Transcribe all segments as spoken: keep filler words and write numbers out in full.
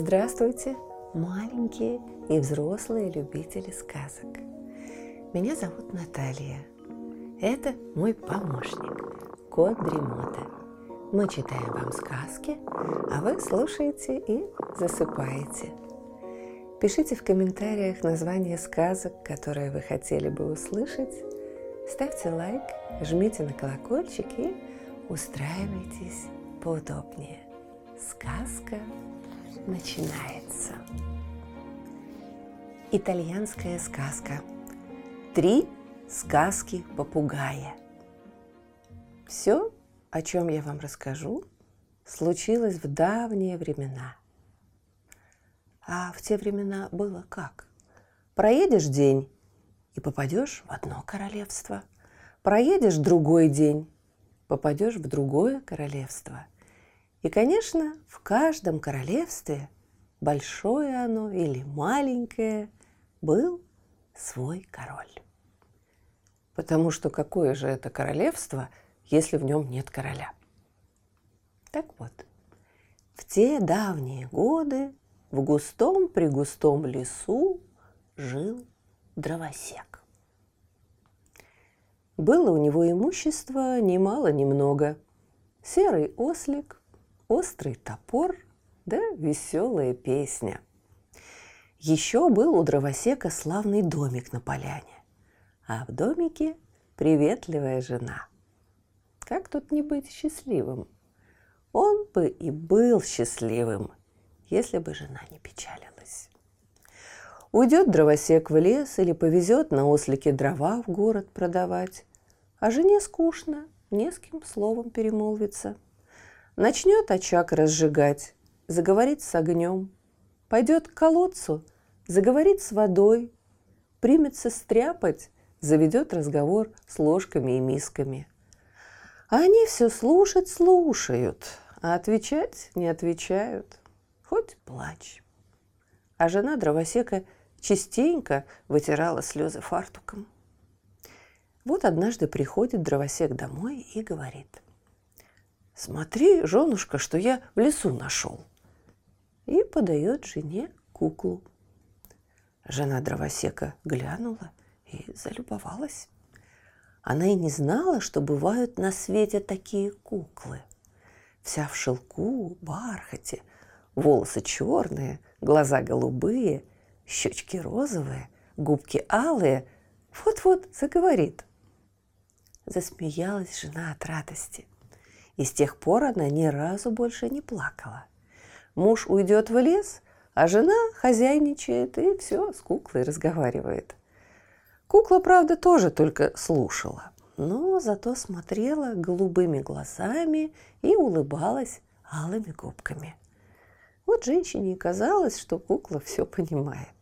Здравствуйте, маленькие и взрослые любители сказок. Меня зовут Наталья. Это мой помощник, кот Дремота. Мы читаем вам сказки, а вы слушаете и засыпаете. Пишите в комментариях названия сказок, которые вы хотели бы услышать. Ставьте лайк, жмите на колокольчик и устраивайтесь поудобнее. Сказка начинается. Итальянская сказка. Три сказки попугая. Все, о чем я вам расскажу, случилось в давние времена. А в те времена было как? Проедешь день и попадешь в одно королевство. Проедешь другой день, попадешь в другое королевство. И, конечно, в каждом королевстве, большое оно или маленькое, был свой король. Потому что какое же это королевство, если в нем нет короля? Так вот, в те давние годы в густом-пригустом лесу жил дровосек. Было у него имущество ни мало ни много. Серый ослик, острый топор, да веселая песня. Еще был у дровосека славный домик на поляне, а в домике приветливая жена. Как тут не быть счастливым? Он бы и был счастливым, если бы жена не печалилась. Уйдет дровосек в лес или повезет на ослике дрова в город продавать, а жене скучно, не с кем словом перемолвиться. Начнет очаг разжигать, заговорит с огнем, пойдет к колодцу, заговорит с водой, примется стряпать, заведет разговор с ложками и мисками. А они все слушать слушают, а отвечать не отвечают, хоть плачь. А жена дровосека частенько вытирала слезы фартуком. Вот однажды приходит дровосек домой и говорит: «Смотри, женушка, что я в лесу нашел». И подает жене куклу. Жена дровосека глянула и залюбовалась. Она и не знала, что бывают на свете такие куклы. Вся в шелку, бархате, волосы черные, глаза голубые, щечки розовые, губки алые. Вот-вот заговорит. Засмеялась жена от радости. И с тех пор она ни разу больше не плакала. Муж уйдет в лес, а жена хозяйничает и все с куклой разговаривает. Кукла, правда, тоже только слушала, но зато смотрела голубыми глазами и улыбалась алыми губками. Вот женщине и казалось, что кукла все понимает.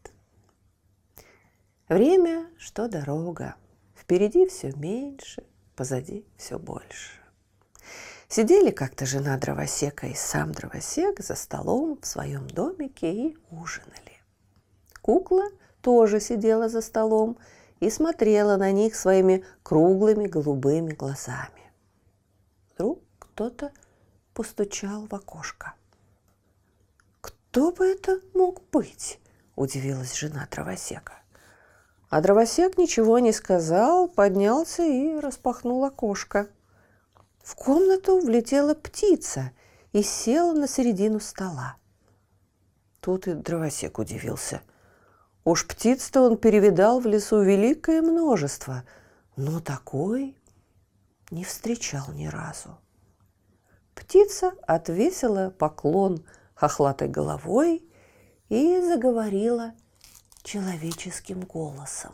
Время, что дорога. Впереди все меньше, позади все больше. Сидели как-то жена дровосека и сам дровосек за столом в своем домике и ужинали. Кукла тоже сидела за столом и смотрела на них своими круглыми голубыми глазами. Вдруг кто-то постучал в окошко. «Кто бы это мог быть?» – удивилась жена дровосека. А дровосек ничего не сказал, поднялся и распахнул окошко. В комнату влетела птица и села на середину стола. Тут и дровосек удивился. Уж птиц-то он перевидал в лесу великое множество, но такой не встречал ни разу. Птица отвесила поклон хохлатой головой и заговорила человеческим голосом.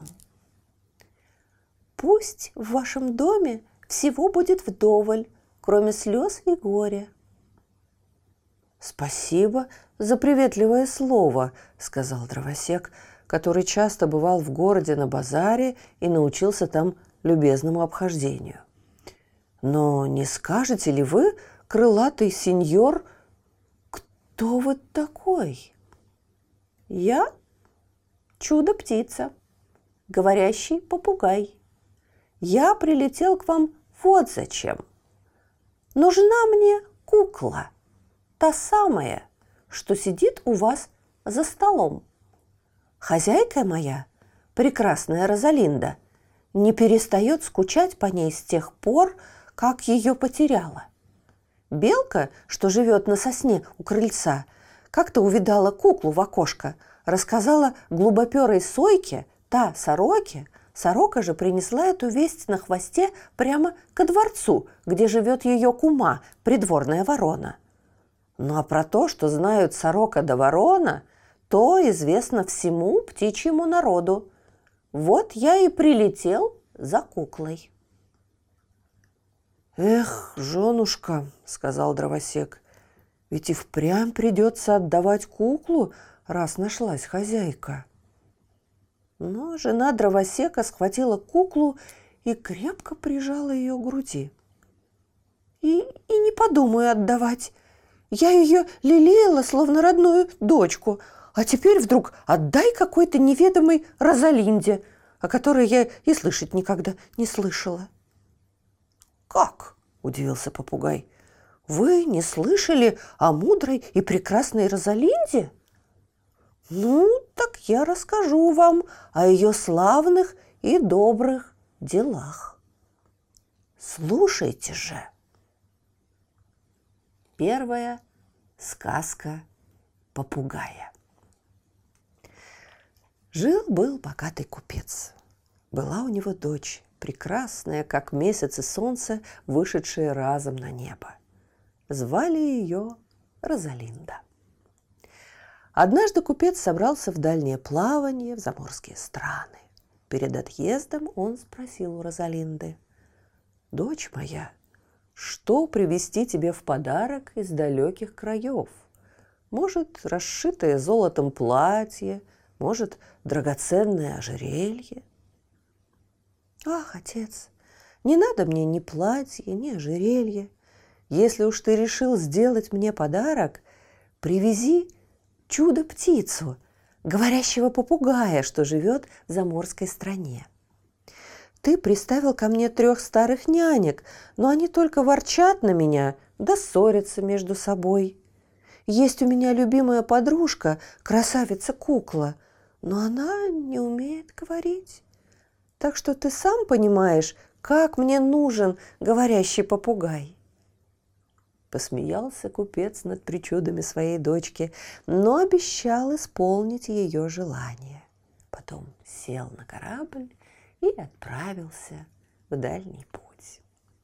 «Пусть в вашем доме всего будет вдоволь, кроме слез и горя». «Спасибо за приветливое слово», — сказал дровосек, который часто бывал в городе на базаре и научился там любезному обхождению. «Но не скажете ли вы, крылатый сеньор, кто вы такой?» «Я чудо-птица, говорящий попугай. Я прилетел к вам вот зачем. Нужна мне кукла, та самая, что сидит у вас за столом. Хозяйка моя, прекрасная Розалинда, не перестает скучать по ней с тех пор, как ее потеряла. Белка, что живет на сосне у крыльца, как-то увидала куклу в окошко, рассказала глубоперой сойке, та сороке. Сорока же принесла эту весть на хвосте прямо ко дворцу, где живет ее кума, придворная ворона. Ну а про то, что знают сорока да ворона, то известно всему птичьему народу. Вот я и прилетел за куклой. «Эх, женушка, — сказал дровосек, — ведь и впрямь придется отдавать куклу, раз нашлась хозяйка». Но жена дровосека схватила куклу и крепко прижала ее к груди. «И, и не подумаю отдавать. Я ее лелеяла, словно родную дочку, а теперь вдруг отдай какой-то неведомой Розалинде, о которой я и слышать никогда не слышала». «Как?» – удивился попугай. «Вы не слышали о мудрой и прекрасной Розалинде? Ну, так я расскажу вам о ее славных и добрых делах. Слушайте же». Первая сказка попугая. Жил-был богатый купец. Была у него дочь, прекрасная, как месяц и солнце, вышедшие разом на небо. Звали ее Розалинда. Однажды купец собрался в дальнее плавание, в заморские страны. Перед отъездом он спросил у Розалинды: «Дочь моя, что привезти тебе в подарок из далеких краев? Может, расшитое золотом платье, может, драгоценное ожерелье?» «Ах, отец, не надо мне ни платья, ни ожерелья. Если уж ты решил сделать мне подарок, привези чудо-птицу, говорящего попугая, что живет в заморской стране. Ты приставил ко мне трех старых нянек, но они только ворчат на меня, да ссорятся между собой. Есть у меня любимая подружка, красавица-кукла, но она не умеет говорить. Так что ты сам понимаешь, как мне нужен говорящий попугай». Посмеялся купец над причудами своей дочки, но обещал исполнить ее желание. Потом сел на корабль и отправился в дальний путь.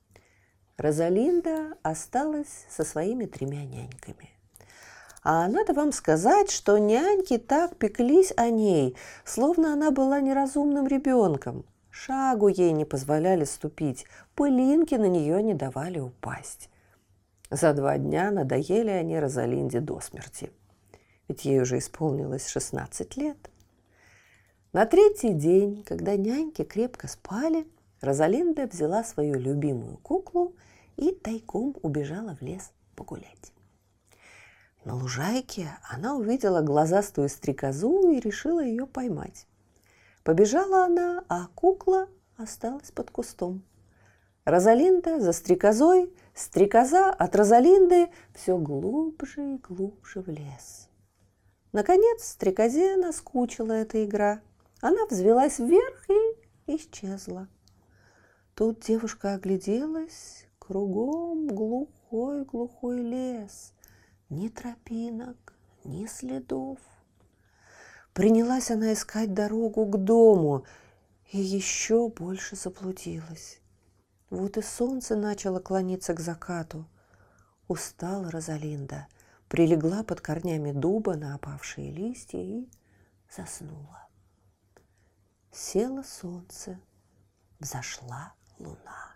Розалинда осталась со своими тремя няньками. А надо вам сказать, что няньки так пеклись о ней, словно она была неразумным ребенком. Шагу ей не позволяли ступить, пылинки на нее не давали упасть. За два дня надоели они Розалинде до смерти, ведь ей уже исполнилось шестнадцать лет. На третий день, когда няньки крепко спали, Розалинда взяла свою любимую куклу и тайком убежала в лес погулять. На лужайке она увидела глазастую стрекозу и решила ее поймать. Побежала она, а кукла осталась под кустом. Розалинда за стрекозой, стрекоза от Розалинды все глубже и глубже в лес. Наконец стрекозе наскучила эта игра. Она взвелась вверх и исчезла. Тут девушка огляделась, кругом глухой-глухой лес. Ни тропинок, ни следов. Принялась она искать дорогу к дому и еще больше заблудилась. Вот и солнце начало клониться к закату. Устала Розалинда, прилегла под корнями дуба на опавшие листья и заснула. Село солнце, взошла луна.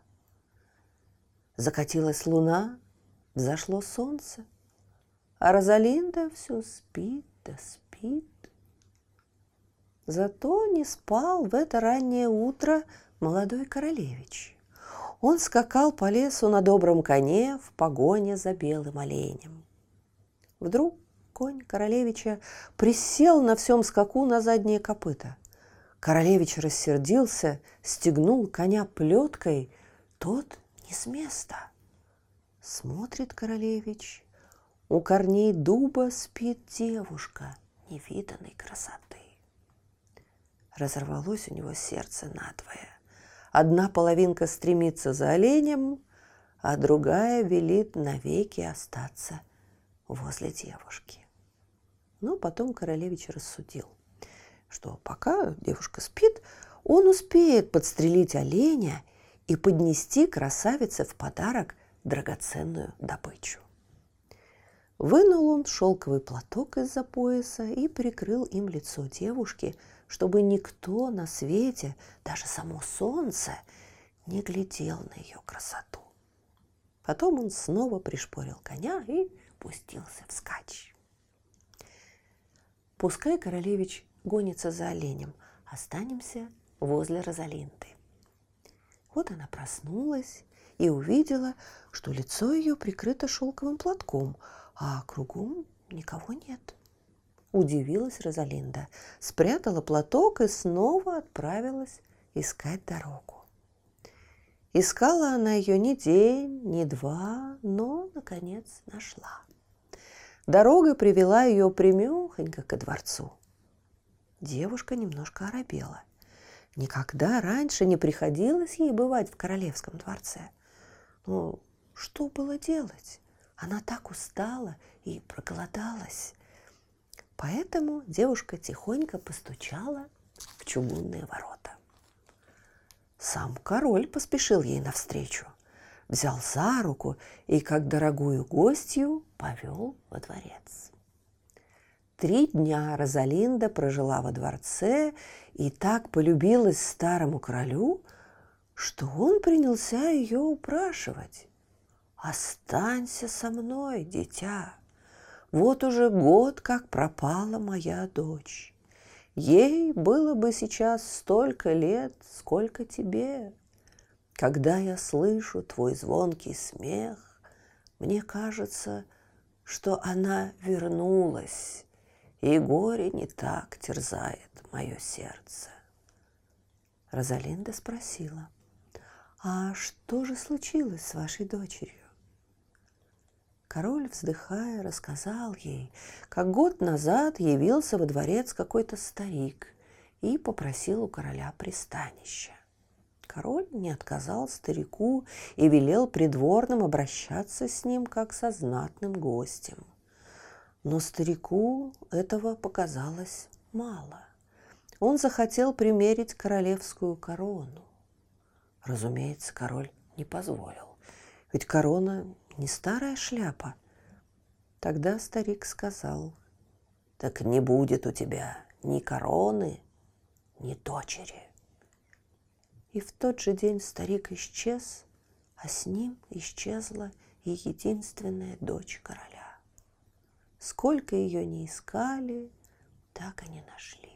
Закатилась луна, взошло солнце, а Розалинда все спит да спит. Зато не спал в это раннее утро молодой королевич. Он скакал по лесу на добром коне в погоне за белым оленем. Вдруг конь королевича присел на всем скаку на задние копыта. Королевич рассердился, стегнул коня плеткой, тот не с места. Смотрит королевич, У корней дуба спит девушка невиданной красоты. Разорвалось у него сердце надвое. Одна половинка стремится за оленем, а другая велит навеки остаться возле девушки. Но потом королевич рассудил, что пока девушка спит, он успеет подстрелить оленя и поднести красавице в подарок драгоценную добычу. Вынул он шелковый платок из-за пояса и прикрыл им лицо девушки, чтобы никто на свете, даже само солнце, не глядел на ее красоту. Потом он снова пришпорил коня и пустился вскачь. Пускай королевич гонится за оленем, останемся возле Розалинды. Вот она проснулась и увидела, что лицо ее прикрыто шелковым платком, а кругом никого нет. Удивилась Розалинда, спрятала платок и снова отправилась искать дорогу. Искала она ее ни день, ни два, но, наконец, нашла. Дорога привела ее прямехонько ко дворцу. Девушка немножко оробела. Никогда раньше не приходилось ей бывать в королевском дворце. Ну, что было делать? Она так устала и проголодалась. Поэтому девушка тихонько постучала в чугунные ворота. Сам король поспешил ей навстречу, взял за руку и, как дорогую гостью, повел во дворец. Три дня Розалинда прожила во дворце и так полюбилась старому королю, что он принялся ее упрашивать. «Останься со мной, дитя. Вот уже год, как пропала моя дочь. Ей было бы сейчас столько лет, сколько тебе. Когда я слышу твой звонкий смех, мне кажется, что она вернулась, и горе не так терзает мое сердце». Розалинда спросила: «А что же случилось с вашей дочерью?» Король, вздыхая, рассказал ей, как год назад явился во дворец какой-то старик и попросил у короля пристанища. Король не отказал старику и велел придворным обращаться с ним, как со знатным гостем. Но старику этого показалось мало. Он захотел примерить королевскую корону. Разумеется, король не позволил, ведь корона не старая шляпа. Тогда старик сказал: «Так не будет у тебя ни короны, ни дочери». И в тот же день старик исчез, а с ним исчезла и единственная дочь короля. Сколько ее ни искали, так и не нашли.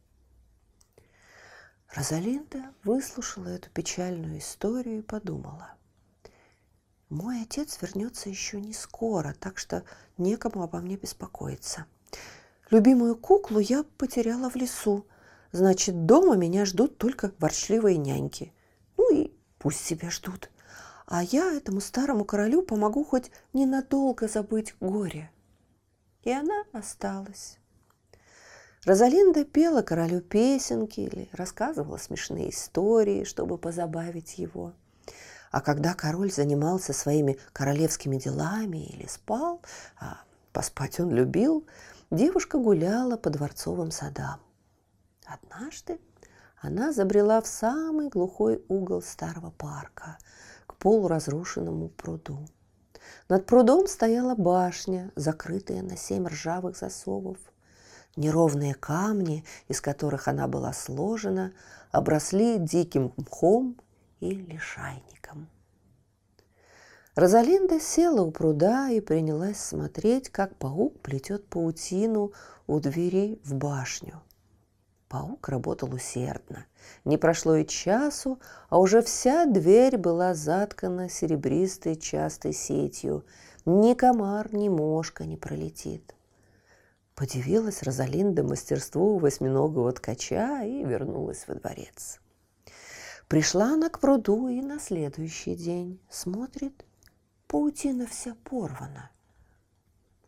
Розалинда выслушала эту печальную историю и подумала: мой отец вернется еще не скоро, так что некому обо мне беспокоиться. Любимую куклу я потеряла в лесу, значит, дома меня ждут только ворчливые няньки. Ну и пусть себя ждут. А я этому старому королю помогу хоть ненадолго забыть горе. И она осталась. Розалинда пела королю песенки или рассказывала смешные истории, чтобы позабавить его. А когда король занимался своими королевскими делами или спал, а поспать он любил, девушка гуляла по дворцовым садам. Однажды она забрела в самый глухой угол старого парка, к полуразрушенному пруду. Над прудом стояла башня, закрытая на семь ржавых засовов. Неровные камни, из которых она была сложена, обросли диким мхом и лишайником. Розалинда села у пруда и принялась смотреть, как паук плетет паутину у двери в башню. Паук работал усердно. Не прошло и часу, а уже вся дверь была заткана серебристой частой сетью. Ни комар, ни мошка не пролетит. Подивилась Розалинда мастерству восьминогого ткача и вернулась во дворец. Пришла она к пруду и на следующий день смотрит, паутина вся порвана.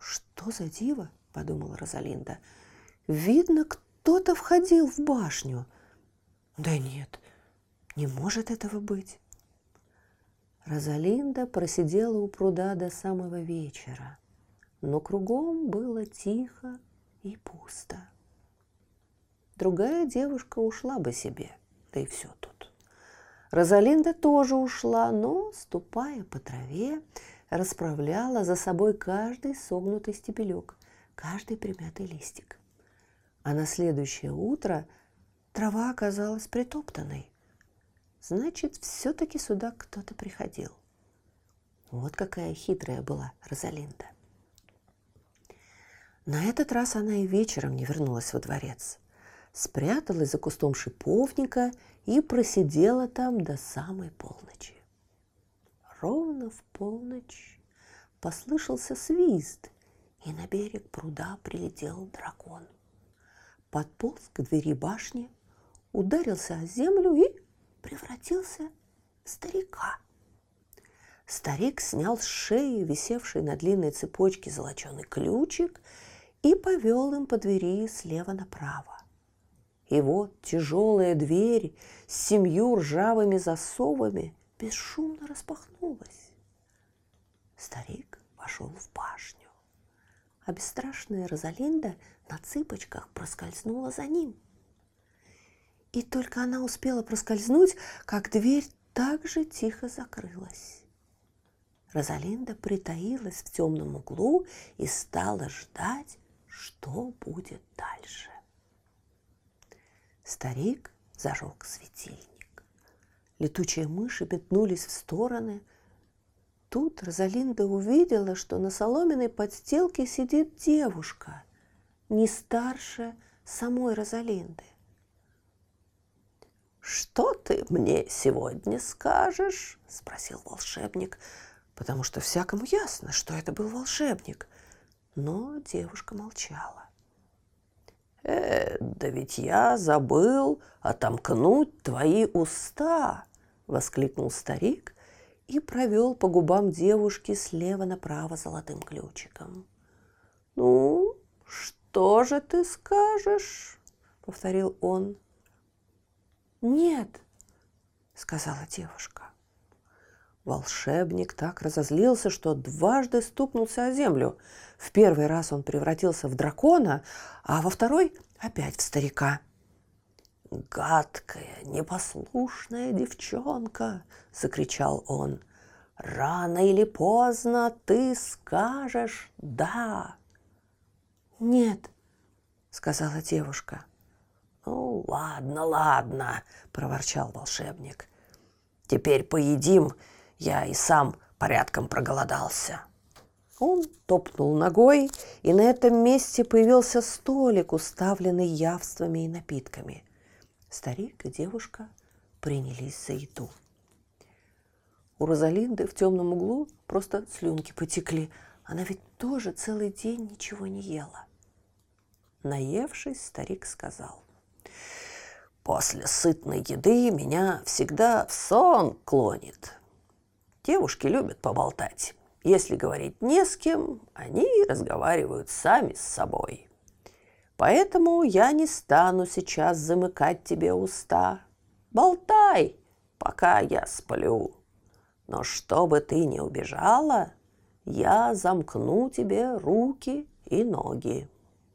«Что за диво?» – подумала Розалинда. «Видно, кто-то входил в башню. Да нет, не может этого быть». Розалинда просидела у пруда до самого вечера, но кругом было тихо и пусто. Другая девушка ушла бы себе, да и все тут. Розалинда тоже ушла, но, ступая по траве, расправляла за собой каждый согнутый стебелек, каждый примятый листик. А на следующее утро трава оказалась притоптанной. Значит, все-таки сюда кто-то приходил. Вот какая хитрая была Розалинда. На этот раз она и вечером не вернулась во дворец. Спряталась за кустом шиповника и просидела там до самой полночи. Ровно в полночь послышался свист, и на берег пруда прилетел дракон. Подполз к двери башни, ударился о землю и превратился в старика. Старик снял с шеи висевший на длинной цепочке золоченый ключик и повел им по двери слева направо. И вот тяжелая дверь с семью ржавыми засовами бесшумно распахнулась. Старик вошел в башню, а бесстрашная Розалинда на цыпочках проскользнула за ним. И только она успела проскользнуть, как дверь так же тихо закрылась. Розалинда притаилась в темном углу и стала ждать, что будет дальше. Старик зажег светильник. Летучие мыши метнулись в стороны. Тут Розалинда увидела, что на соломенной подстилке сидит девушка, не старше самой Розалинды. «Что ты мне сегодня скажешь?» – спросил волшебник, потому что всякому ясно, что это был волшебник. Но девушка молчала. «Э, да ведь я забыл отомкнуть твои уста!» – воскликнул старик и провел по губам девушки слева направо золотым ключиком. «Ну, что же ты скажешь?» – повторил он. «Нет», — сказала девушка. Волшебник так разозлился, что дважды стукнулся о землю. В первый раз он превратился в дракона, а во второй опять в старика. «Гадкая, непослушная девчонка!» — закричал он. «Рано или поздно ты скажешь «да». «Нет», — сказала девушка. «Ну, ладно, ладно», – проворчал волшебник. «Теперь поедим, я и сам порядком проголодался». Он топнул ногой, и на этом месте появился столик, уставленный явствами и напитками. Старик и девушка принялись за еду. У Розалинды в темном углу просто слюнки потекли. Она ведь тоже целый день ничего не ела. Наевшись, старик сказал: «После сытной еды меня всегда в сон клонит. Девушки любят поболтать. Если говорить не с кем, они разговаривают сами с собой. Поэтому я не стану сейчас замыкать тебе уста. Болтай, пока я сплю. Но чтобы ты не убежала, я замкну тебе руки и ноги».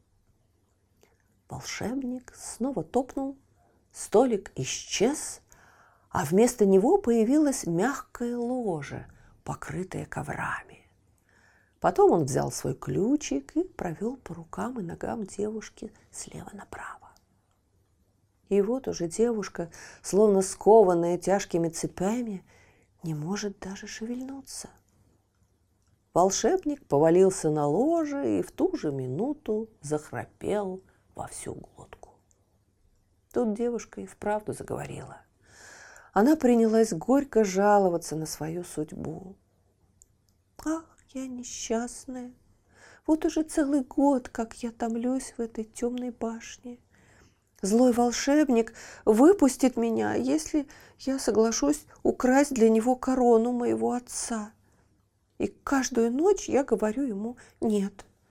Волшебник снова топнул, столик исчез, а вместо него появилось мягкое ложе, покрытое коврами. Потом он взял свой ключик и провел по рукам и ногам девушки слева направо. И вот уже девушка, словно скованная тяжкими цепями, не может даже шевельнуться. Волшебник повалился на ложе и в ту же минуту захрапел во всю глотку. Тут девушка и вправду заговорила. Она принялась горько жаловаться на свою судьбу. «Ах, я несчастная! Вот уже целый год, как я томлюсь в этой темной башне. Злой волшебник выпустит меня, если я соглашусь украсть для него корону моего отца. И каждую ночь я говорю ему «нет».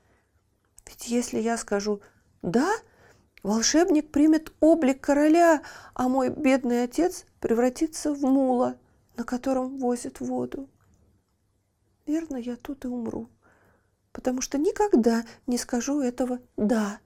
Ведь если я скажу «да», волшебник примет облик короля, а мой бедный отец превратится в мула, на котором возят воду. Верно, я тут и умру, потому что никогда не скажу этого «да».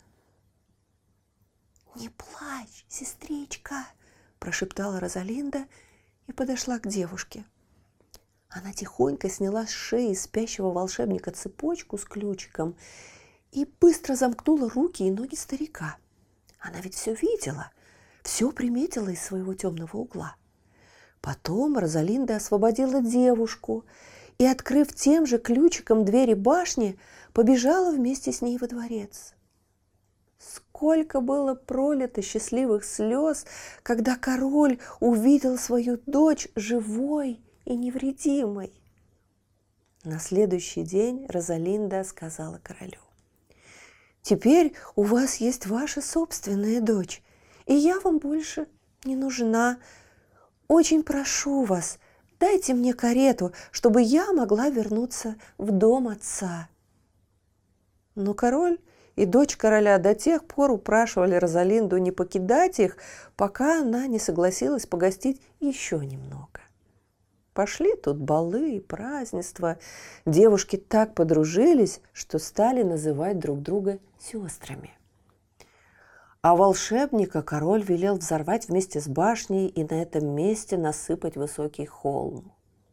«Не плачь, сестричка», – прошептала Розалинда и подошла к девушке. Она тихонько сняла с шеи спящего волшебника цепочку с ключиком и быстро замкнула руки и ноги старика. Она ведь все видела, все приметила из своего темного угла. Потом Розалинда освободила девушку и, открыв тем же ключиком двери башни, побежала вместе с ней во дворец. Сколько было пролито счастливых слез, когда король увидел свою дочь живой и невредимой. На следующий день Розалинда сказала королю: «Теперь у вас есть ваша собственная дочь, и я вам больше не нужна. Очень прошу вас, дайте мне карету, чтобы я могла вернуться в дом отца». Но король и дочь короля до тех пор упрашивали Розалинду не покидать их, пока она не согласилась погостить еще немного. Пошли тут балы и празднества. Девушки так подружились, что стали называть друг друга сестрами. А волшебника король велел взорвать вместе с башней и на этом месте насыпать высокий холм.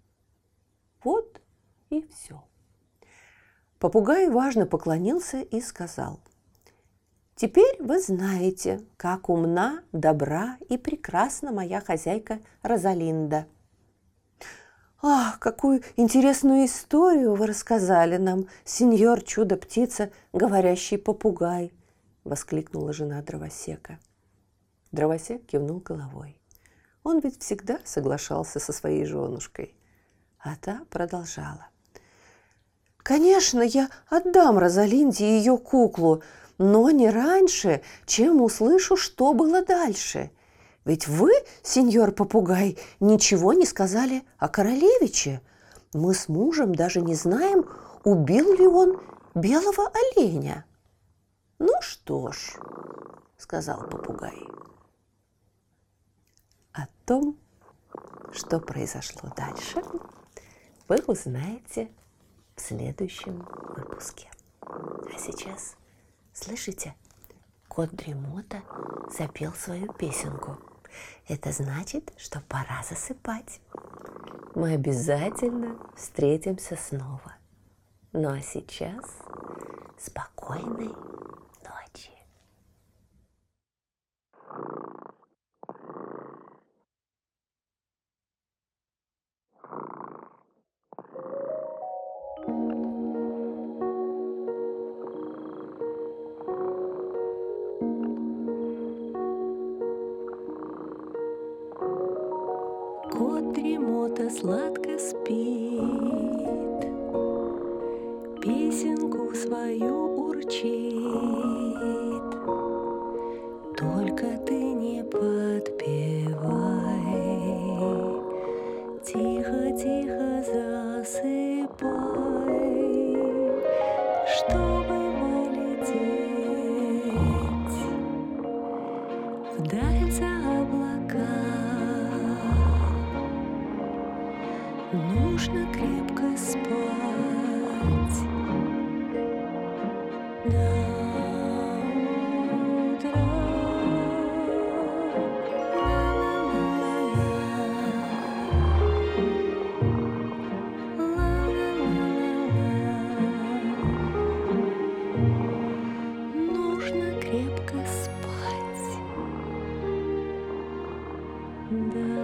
Вот и все. Попугай важно поклонился и сказал: «Теперь вы знаете, как умна, добра и прекрасна моя хозяйка Розалинда». «Ах, какую интересную историю вы рассказали нам, сеньор чудо-птица, говорящий попугай!» – воскликнула жена дровосека. Дровосек кивнул головой. Он ведь всегда соглашался со своей женушкой. А та продолжала: «Конечно, я отдам Розалинде ее куклу, но не раньше, чем услышу, что было дальше. Ведь вы, сеньор попугай, ничего не сказали о королевиче. Мы с мужем даже не знаем, убил ли он белого оленя». «Ну что ж», — сказал попугай. О том, что произошло дальше, вы узнаете в следующем выпуске. А сейчас, слышите, кот Дремота запел свою песенку. Это значит, что пора засыпать. Мы обязательно встретимся снова. Ну а сейчас спокойной ночи. Кот Дремота сладко спит, песенку свою урчит. Только ты не подпевай, тихо-тихо засыпай, чтобы полететь вдаль за облака. Нужно крепко спать до утра. Нужно крепко спать до